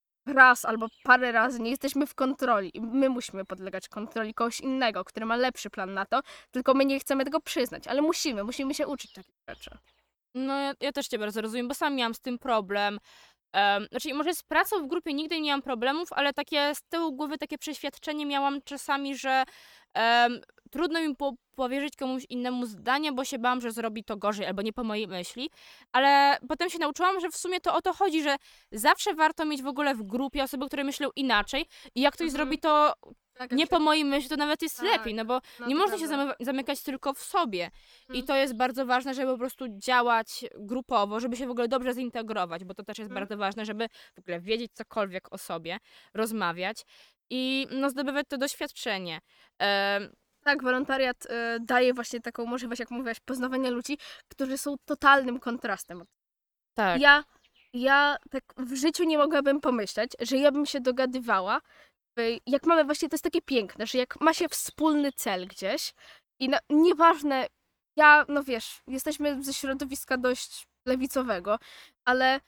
raz albo parę razy, nie jesteśmy w kontroli i my musimy podlegać kontroli kogoś innego, który ma lepszy plan na to, tylko my nie chcemy tego przyznać, ale musimy, musimy się uczyć takich rzeczy. No ja, ja też cię bardzo rozumiem, bo sam miałam z tym problem. Um, znaczy, może z pracą w grupie nigdy nie miałam problemów, ale takie z tyłu głowy takie przeświadczenie miałam czasami, że em, trudno mi po- powierzyć komuś innemu zdanie, bo się bałam, że zrobi to gorzej albo nie po mojej myśli. Ale potem się nauczyłam, że w sumie to o to chodzi, że zawsze warto mieć w ogóle w grupie osoby, które myślą inaczej i jak ktoś Mhm. zrobi to Tak, nie po mojej myśli, to nawet jest Tak. lepiej, no bo no nie to można się prawda. zamy- zamykać tylko w sobie. I Mhm. to jest bardzo ważne, żeby po prostu działać grupowo, żeby się w ogóle dobrze zintegrować, bo to też jest Mhm. bardzo ważne, żeby w ogóle wiedzieć cokolwiek o sobie, rozmawiać i no, zdobywać to doświadczenie. Em, Tak, wolontariat e, daje właśnie taką możliwość, jak mówiłaś, poznawania ludzi, którzy są totalnym kontrastem. tak. Ja, ja tak w życiu nie mogłabym pomyśleć, że ja bym się dogadywała, by- jak mamy właśnie, to jest takie piękne, że jak ma się wspólny cel gdzieś i na, nieważne, ja, no wiesz, jesteśmy ze środowiska dość lewicowego, ale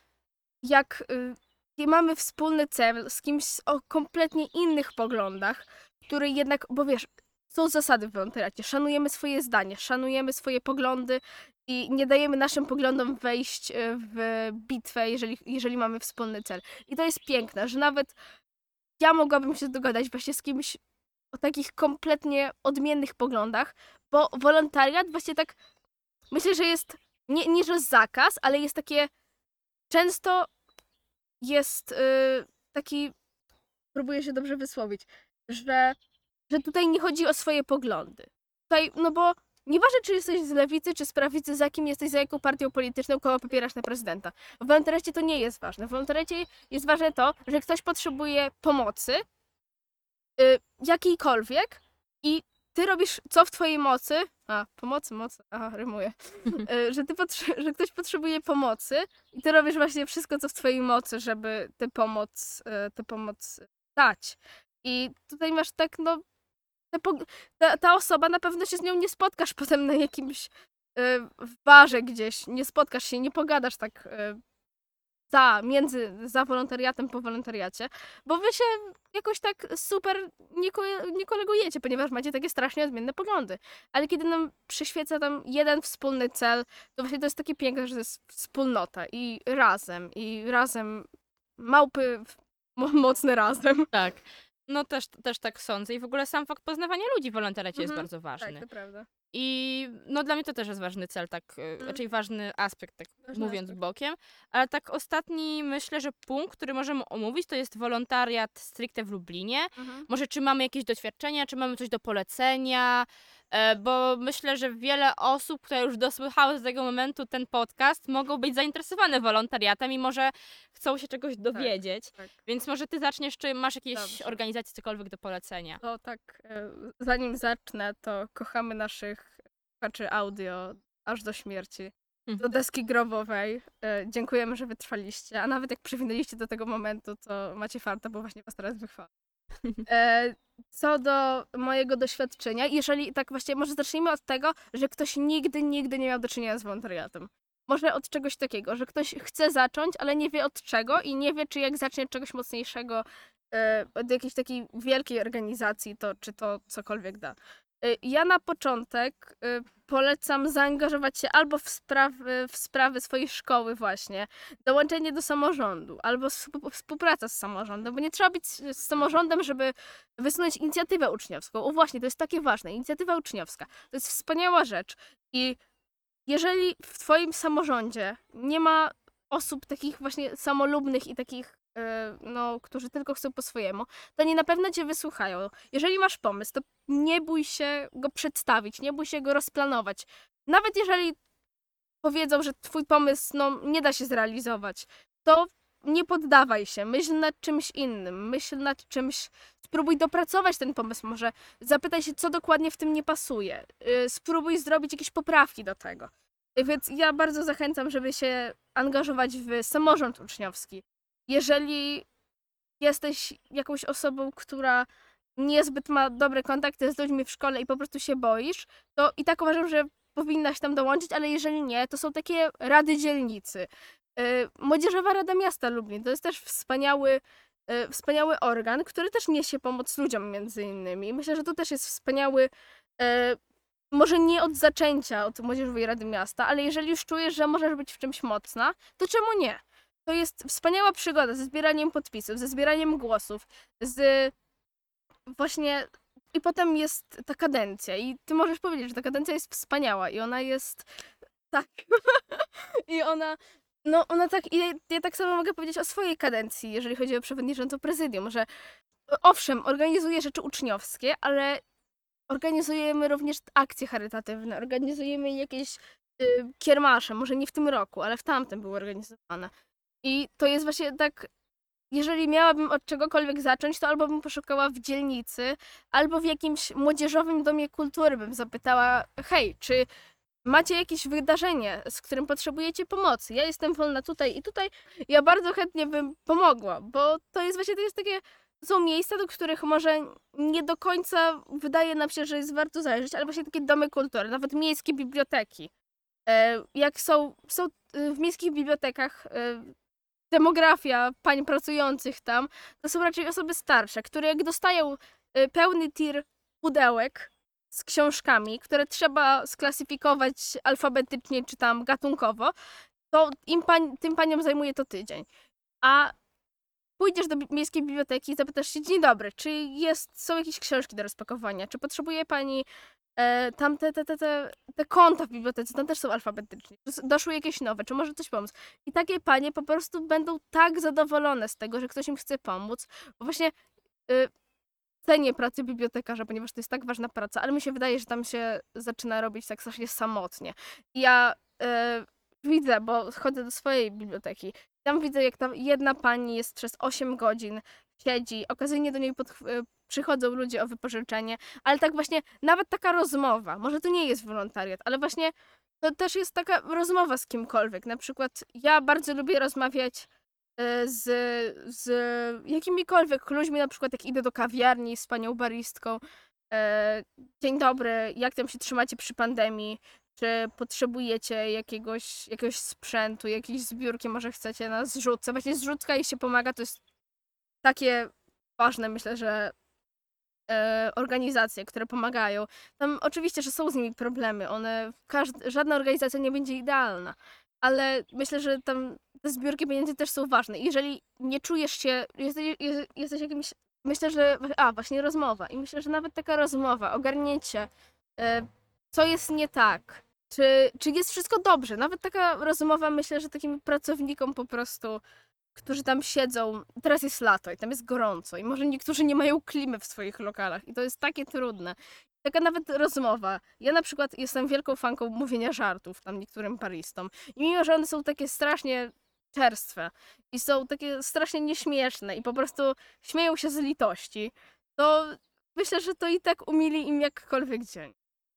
jak y, mamy wspólny cel z kimś o kompletnie innych poglądach, który jednak, bo wiesz, są zasady w wolontariacie, szanujemy swoje zdanie, szanujemy swoje poglądy i nie dajemy naszym poglądom wejść y, w bitwę, jeżeli, jeżeli mamy wspólny cel. I to jest piękne, że nawet ja mogłabym się dogadać właśnie z kimś o takich kompletnie odmiennych poglądach, bo wolontariat właśnie tak, myślę, że jest, nie, nie że zakaz, ale jest takie, często jest y, taki, próbuję się dobrze wysłowić, że, że tutaj nie chodzi o swoje poglądy. Tutaj, no bo nieważne, czy jesteś z lewicy, czy z prawicy, za kim jesteś, za jaką partią polityczną, kogo popierasz na prezydenta. W wolontariacie to nie jest ważne. W wolontariacie jest ważne to, że ktoś potrzebuje pomocy, y, jakiejkolwiek i ty robisz co w twojej mocy, a, pomocy, mocy, aha, rymuję, y, że, ty potrze- że ktoś potrzebuje pomocy i ty robisz właśnie wszystko, co w twojej mocy, żeby tę pomoc, y, tę pomoc dać. I tutaj masz tak, no, te pog- ta, ta osoba, na pewno się z nią nie spotkasz potem na jakimś y, w barze gdzieś, nie spotkasz się, nie pogadasz tak y, za, między, za wolontariatem po wolontariacie, bo wy się jakoś tak super nie, ko- nie kolegujecie, ponieważ macie takie strasznie odmienne poglądy. Ale kiedy nam przyświeca tam jeden wspólny cel, to właśnie to jest takie piękne, że to jest wspólnota i razem, i razem małpy mo- mocne razem. Tak. No też, też tak sądzę i w ogóle sam fakt poznawania ludzi w wolontariacie jest Mhm. bardzo ważny. Tak, to prawda. I no dla mnie to też jest ważny cel, tak, mm. raczej ważny aspekt, tak Ważny mówiąc aspekt. bokiem. Ale tak ostatni, myślę, że punkt, który możemy omówić, to jest wolontariat stricte w Lublinie. Mhm. Może czy mamy jakieś doświadczenia, czy mamy coś do polecenia, e, bo myślę, że wiele osób, które już dosłychały z tego momentu ten podcast, mogą być zainteresowane wolontariatem i może chcą się czegoś dowiedzieć. Tak. Więc może ty zaczniesz, czy masz jakieś Dobrze. organizacje, cokolwiek do polecenia. To tak, e, zanim zacznę, to kochamy naszych słuchaczy audio aż do śmierci. Do Mhm. deski grobowej. E, Dziękujemy, że wytrwaliście, a nawet jak przewinęliście do tego momentu, to macie farta, bo właśnie was teraz wychwalę. E, Co do mojego doświadczenia, jeżeli tak właściwie, może zacznijmy od tego, że ktoś nigdy, nigdy nie miał do czynienia z wolontariatem. Może od czegoś takiego, że ktoś chce zacząć, ale nie wie od czego i nie wie, czy jak zacznie od czegoś mocniejszego, e, od jakiejś takiej wielkiej organizacji, to czy to cokolwiek da. E, Ja na początek e, polecam zaangażować się albo w sprawy, w sprawy swojej szkoły właśnie, dołączenie do samorządu, albo współ- współpraca z samorządem, bo nie trzeba być z samorządem, żeby wysunąć inicjatywę uczniowską. O właśnie, to jest takie ważne, inicjatywa uczniowska. To jest wspaniała rzecz i jeżeli w twoim samorządzie nie ma osób takich właśnie samolubnych i takich, e, no, którzy tylko chcą po swojemu, to oni na pewno cię wysłuchają. Jeżeli masz pomysł, to nie bój się go przedstawić, nie bój się go rozplanować. Nawet jeżeli powiedzą, że twój pomysł, no, nie da się zrealizować, to nie poddawaj się, myśl nad czymś innym, myśl nad czymś, spróbuj dopracować ten pomysł, może zapytaj się, co dokładnie w tym nie pasuje, yy, spróbuj zrobić jakieś poprawki do tego. Yy, Więc ja bardzo zachęcam, żeby się angażować w samorząd uczniowski. Jeżeli jesteś jakąś osobą, która niezbyt ma dobre kontakty z ludźmi w szkole i po prostu się boisz, to i tak uważam, że powinnaś tam dołączyć, ale jeżeli nie, to są takie rady dzielnicy. Yy, Młodzieżowa Rada Miasta Lublin to jest też wspaniały, yy, wspaniały organ, który też niesie pomoc ludziom między innymi. Myślę, że to też jest wspaniały, yy, może nie od zaczęcia, od Młodzieżowej Rady Miasta, ale jeżeli już czujesz, że możesz być w czymś mocna, to czemu nie? To jest wspaniała przygoda ze zbieraniem podpisów, ze zbieraniem głosów, z właśnie i potem jest ta kadencja i ty możesz powiedzieć, że ta kadencja jest wspaniała i ona jest tak i ona no ona tak i ja, ja tak samo mogę powiedzieć o swojej kadencji, jeżeli chodzi o przewodniczącą prezydium, że owszem, organizuję rzeczy uczniowskie, ale organizujemy również akcje charytatywne, organizujemy jakieś y, kiermasze, może nie w tym roku, ale w tamtym były organizowane. I to jest właśnie tak, jeżeli miałabym od czegokolwiek zacząć, to albo bym poszukała w dzielnicy, albo w jakimś młodzieżowym domie kultury bym zapytała, hej, czy macie jakieś wydarzenie, z którym potrzebujecie pomocy? Ja jestem wolna tutaj i tutaj. Ja bardzo chętnie bym pomogła, bo to jest właśnie, to jest takie, są miejsca, do których może nie do końca wydaje nam się, że jest warto zajrzeć, ale właśnie takie domy kultury, nawet miejskie biblioteki. E, Jak są, są e, w miejskich bibliotekach e, demografia pań pracujących tam, to są raczej osoby starsze, które jak dostają y, pełny tir pudełek z książkami, które trzeba sklasyfikować alfabetycznie czy tam gatunkowo, to im pań, tym paniom zajmuje to tydzień. A pójdziesz do bi- miejskiej biblioteki i zapytasz się, dzień dobry, czy jest, są jakieś książki do rozpakowania, czy potrzebuje pani e, tam te, te, te, te, te konta w bibliotece, tam też są alfabetycznie, czy s- doszły jakieś nowe, czy może coś pomóc. I takie panie po prostu będą tak zadowolone z tego, że ktoś im chce pomóc, bo właśnie y, cenię pracy bibliotekarza, ponieważ to jest tak ważna praca, ale mi się wydaje, że tam się zaczyna robić tak strasznie samotnie. I ja e, widzę, bo chodzę do swojej biblioteki, tam widzę, jak ta jedna pani jest przez osiem godzin, siedzi, okazyjnie do niej pod, e, przychodzą ludzie o wypożyczenie, ale tak właśnie, nawet taka rozmowa, może to nie jest wolontariat, ale właśnie to też jest taka rozmowa z kimkolwiek. Na przykład ja bardzo lubię rozmawiać e, z, z jakimikolwiek ludźmi, na przykład jak idę do kawiarni z panią baristką. E, Dzień dobry, jak tam się trzymacie przy pandemii? Czy potrzebujecie jakiegoś, jakiegoś sprzętu, jakiejś zbiórki, może chcecie na zrzutce? Właśnie zrzutka i się pomaga, to jest takie ważne, myślę, że e, organizacje, które pomagają. Tam oczywiście, że są z nimi problemy. One, każd- żadna organizacja nie będzie idealna, ale myślę, że tam te zbiórki pieniędzy też są ważne. Jeżeli nie czujesz się, jesteś, jest- jesteś jakimś, myślę, że, a właśnie rozmowa. I myślę, że nawet taka rozmowa, ogarnięcie, e, co jest nie tak, czy, czy jest wszystko dobrze. Nawet taka rozmowa, myślę, że takim pracownikom po prostu, którzy tam siedzą, teraz jest lato i tam jest gorąco i może niektórzy nie mają klimy w swoich lokalach i to jest takie trudne. Taka nawet rozmowa. Ja na przykład jestem wielką fanką mówienia żartów tam niektórym baristom i mimo, że one są takie strasznie czerstwe i są takie strasznie nieśmieszne i po prostu śmieją się z litości, to myślę, że to i tak umili im jakkolwiek dzień.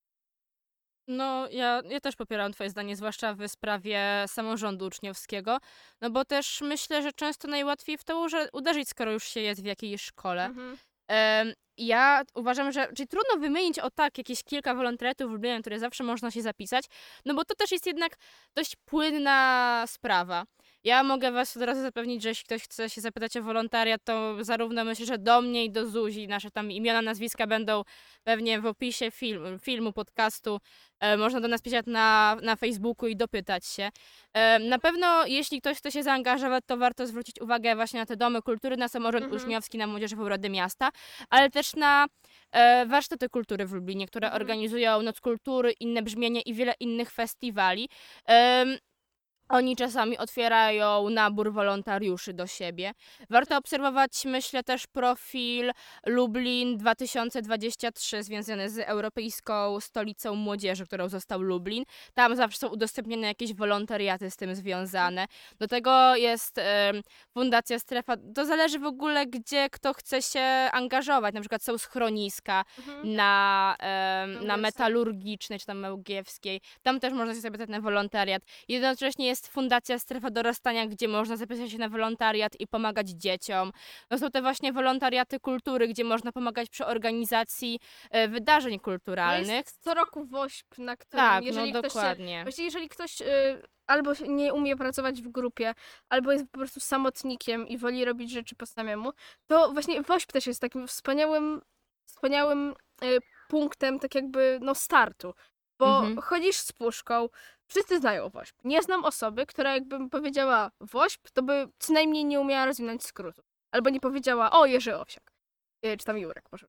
No, ja, ja też popieram twoje zdanie, zwłaszcza w sprawie samorządu uczniowskiego, no bo też myślę, że często najłatwiej w to uże- uderzyć, skoro już się jest w jakiejś szkole. Mhm. Em, ja uważam, że czyli trudno wymienić o tak jakieś kilka wolontariatów w Lublinie, które zawsze można się zapisać, no bo to też jest jednak dość płynna sprawa. Ja mogę was od razu zapewnić, że jeśli ktoś chce się zapytać o wolontariat, to zarówno myślę, że do mnie i do Zuzi, nasze tam imiona, nazwiska będą pewnie w opisie film, filmu, podcastu. E, można do nas pisać na, na Facebooku i dopytać się. E, na pewno jeśli ktoś chce się zaangażować, to warto zwrócić uwagę właśnie na te domy kultury, na samorząd Mhm. uczniowski, na Młodzieżową Radę Miasta, ale też na e, warsztaty kultury w Lublinie, które Mhm. organizują Noc Kultury, Inne Brzmienie i wiele innych festiwali. Em, Oni czasami otwierają nabór wolontariuszy do siebie. Warto obserwować, myślę, też profil Lublin dwa tysiące dwadzieścia trzy związany z Europejską Stolicą Młodzieży, którą został Lublin. Tam zawsze są udostępnione jakieś wolontariaty z tym związane. Do tego jest em, Fundacja Strefa. To zależy w ogóle, gdzie kto chce się angażować. Na przykład są schroniska Mhm. na, em, na Jasne. Metalurgicznej czy tam Mełgiewskiej. Tam też można się zapisać na wolontariat. Jednocześnie jest Fundacja Strefa Dorastania, gdzie można zapisać się na wolontariat i pomagać dzieciom. No są te właśnie wolontariaty kultury, gdzie można pomagać przy organizacji e, wydarzeń kulturalnych. Jest co roku WOŚP, na którym Tak, jeżeli no ktoś się, dokładnie. właśnie jeżeli ktoś y, albo się nie umie pracować w grupie, albo jest po prostu samotnikiem i woli robić rzeczy po samemu, to właśnie WOŚP też jest takim wspaniałym, wspaniałym y, punktem tak jakby no startu. Bo Mhm. chodzisz z puszką, wszyscy znają WOŚP. Nie znam osoby, która jakbym powiedziała WOŚP, to by co najmniej nie umiała rozwinąć skrótu. Albo nie powiedziała, o Jerzy Owsiak. Y, czy tam Jurek może.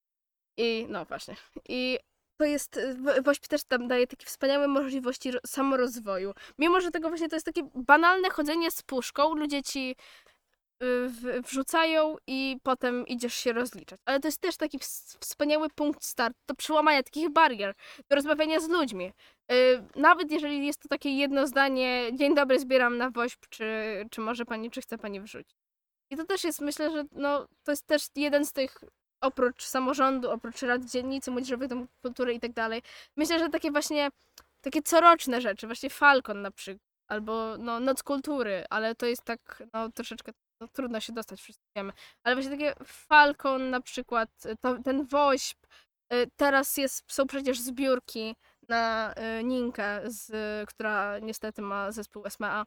I no właśnie. I to jest, y, W- WOŚP też tam daje takie wspaniałe możliwości ro- samorozwoju. Mimo, że tego właśnie to jest takie banalne chodzenie z puszką, ludzie ci y, w- wrzucają i potem idziesz się rozliczać. Ale to jest też taki ws- wspaniały punkt start do przełamania takich barier, do rozmawiania z ludźmi. Y, Nawet jeżeli jest to takie jedno zdanie, dzień dobry, zbieram na WOŚP, czy, czy może pani, czy chce pani wrzucić. I to też jest, myślę, że no, to jest też jeden z tych, oprócz samorządu, oprócz rad dzielnicy, młodzieżowych dom kultury i tak dalej. Myślę, że takie właśnie, takie coroczne rzeczy, właśnie Falcon na przykład, albo no, Noc Kultury, ale to jest tak, no troszeczkę no, trudno się dostać, wszyscy wiemy. Ale właśnie takie Falcon na przykład, to, ten WOŚP, y, teraz jest, są przecież zbiórki na y, Ninkę, z, która niestety ma zespół S M A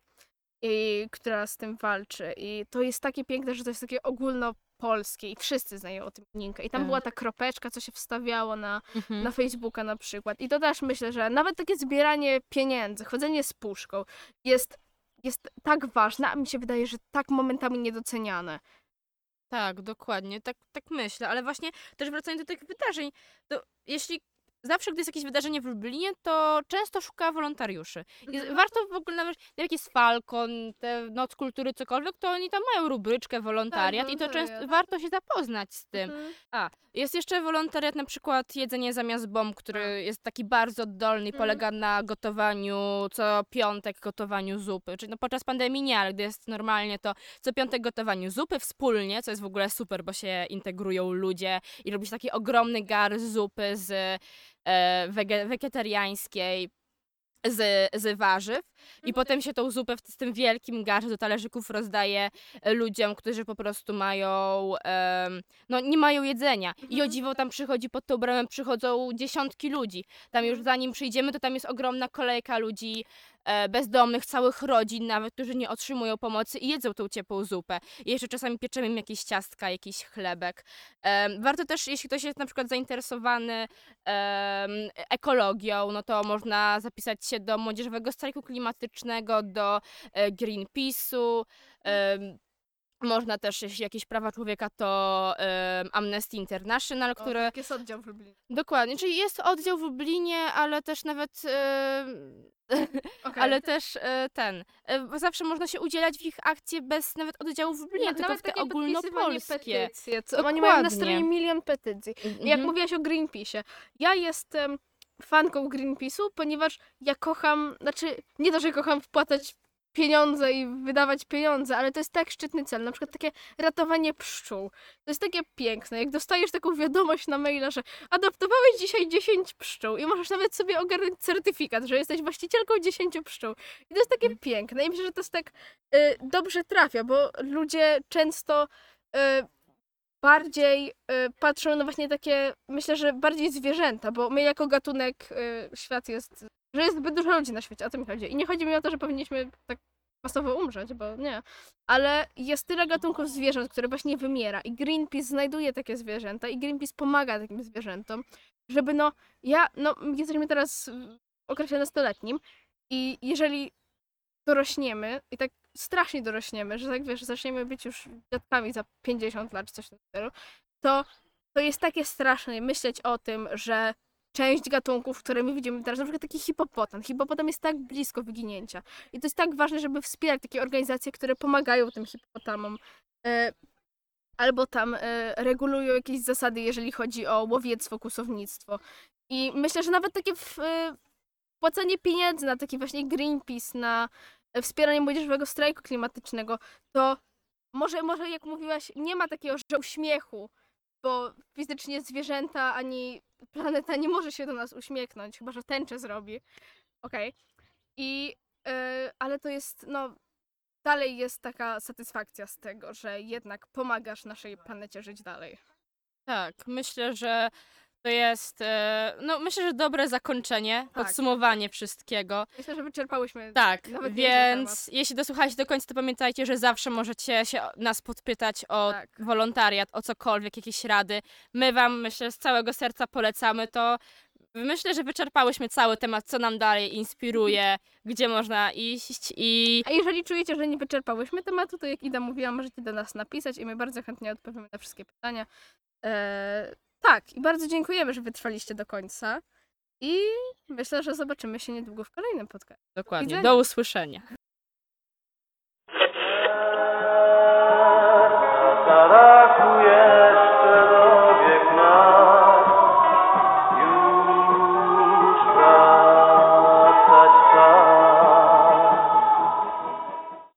i która z tym walczy. I to jest takie piękne, że to jest takie ogólnopolskie i wszyscy znają o tym Ninkę. I tam Tak. była ta kropeczka, co się wstawiało na, Mhm. na Facebooka na przykład. I to też myślę, że nawet takie zbieranie pieniędzy, chodzenie z puszką jest, jest tak ważne, a mi się wydaje, że tak momentami niedoceniane. Tak, dokładnie, tak, tak myślę, ale właśnie też wracając do tych wydarzeń, to jeśli zawsze, gdy jest jakieś wydarzenie w Lublinie, to często szuka wolontariuszy. I Mhm. warto w ogóle nawet, jak jest Falcon, te Noc Kultury, cokolwiek, to oni tam mają rubryczkę wolontariat i to często wolontariat. warto się zapoznać z tym. Mhm. A, jest jeszcze wolontariat, na przykład jedzenie zamiast bomb, który jest taki bardzo oddolny i Mhm. polega na gotowaniu co piątek gotowaniu zupy. Czyli no podczas pandemii nie, ale gdy jest normalnie, to co piątek gotowaniu zupy wspólnie, co jest w ogóle super, bo się integrują ludzie i robi się taki ogromny gar zupy z e, wege, wegetariańskiej, z, z warzyw i Mhm. potem się tą zupę w, z tym wielkim garze do talerzyków rozdaje e, ludziom, którzy po prostu mają, em, no nie mają jedzenia. I o Mhm. dziwo tam przychodzi, pod tą bramę przychodzą dziesiątki ludzi. Tam już Mhm. zanim przyjdziemy, to tam jest ogromna kolejka ludzi e, bezdomnych, całych rodzin nawet, którzy nie otrzymują pomocy i jedzą tą ciepłą zupę. I jeszcze czasami pieczemy im jakieś ciastka, jakiś chlebek. Em, warto też, jeśli ktoś jest na przykład zainteresowany em, ekologią, no to można zapisać się do Młodzieżowego Strajku Klimatycznego, do e, Greenpeace'u. em, Można też, jeśli jakieś prawa człowieka, to em, Amnesty International, O, które... tak jest oddział w Lublinie. Dokładnie, czyli jest oddział w Lublinie, ale też nawet... em, Okej. ale też e, ten... e, Zawsze można się udzielać w ich akcje bez nawet oddziału w Lublinie, Na- tylko nawet w te takie podpisywanie ogólnopolskie. petycje, co oni mają na Dokładnie. stronie milion petycji. Jak Mhm. mówiłaś o Greenpeace'ie, ja jestem fanką Greenpeace'u, ponieważ ja kocham, znaczy nie to, że kocham wpłacać pieniądze i wydawać pieniądze, ale to jest tak szczytny cel, na przykład takie ratowanie pszczół. To jest takie piękne, jak dostajesz taką wiadomość na maila, że adoptowałeś dzisiaj dziesięć pszczół i możesz nawet sobie ogarnąć certyfikat, że jesteś właścicielką dziesięciu pszczół. I to jest takie piękne i myślę, że to jest tak y, dobrze trafia, bo ludzie często y, bardziej y, patrzą na właśnie takie, myślę, że bardziej zwierzęta, bo my jako gatunek, y, świat jest, że jest zbyt dużo ludzi na świecie, o to mi chodzi. I nie chodzi mi o to, że powinniśmy tak masowo umrzeć, bo nie. Ale jest tyle gatunków zwierząt, które właśnie wymiera i Greenpeace znajduje takie zwierzęta i Greenpeace pomaga takim zwierzętom, żeby no, ja, no, jesteśmy teraz w okresie nastoletnim i jeżeli dorośniemy i tak strasznie dorośniemy, że tak wiesz, zaczniemy być już dziadkami za pięćdziesiąt lat czy coś w tym stylu, to to jest takie straszne myśleć o tym, że część gatunków, które my widzimy teraz, na przykład taki hipopotam. Hipopotam jest tak blisko wyginięcia. I to jest tak ważne, żeby wspierać takie organizacje, które pomagają tym hipopotamom. E, albo tam e, regulują jakieś zasady, jeżeli chodzi o łowiectwo, kłusownictwo. I myślę, że nawet takie w, e, płacenie pieniędzy na taki właśnie Greenpeace, na e, wspieranie młodzieżowego strajku klimatycznego, to może, może jak mówiłaś, nie ma takiego że uśmiechu, bo fizycznie zwierzęta ani planeta nie może się do nas uśmiechnąć, chyba że tęczę zrobi. Okej. I e, ale to jest, no, dalej jest taka satysfakcja z tego, że jednak pomagasz naszej planecie żyć dalej. Tak, myślę, że to jest, e, no myślę, że dobre zakończenie, Tak. podsumowanie wszystkiego. Myślę, że wyczerpałyśmy Tak, nawet nieźle temat. więc jeśli dosłuchaliście do końca, to pamiętajcie, że zawsze możecie się o- nas podpytać o Tak. wolontariat, o cokolwiek, jakieś rady. My wam, myślę, z całego serca polecamy to. Myślę, że wyczerpałyśmy cały temat, co nam dalej inspiruje, gdzie można iść i... A jeżeli czujecie, że nie wyczerpałyśmy tematu, to jak Ida mówiła, możecie do nas napisać i my bardzo chętnie odpowiemy na wszystkie pytania. Eee, tak, i bardzo dziękujemy, że wytrwaliście do końca. I myślę, że zobaczymy się niedługo w kolejnym podcastie. Dokładnie, widzenia. do usłyszenia.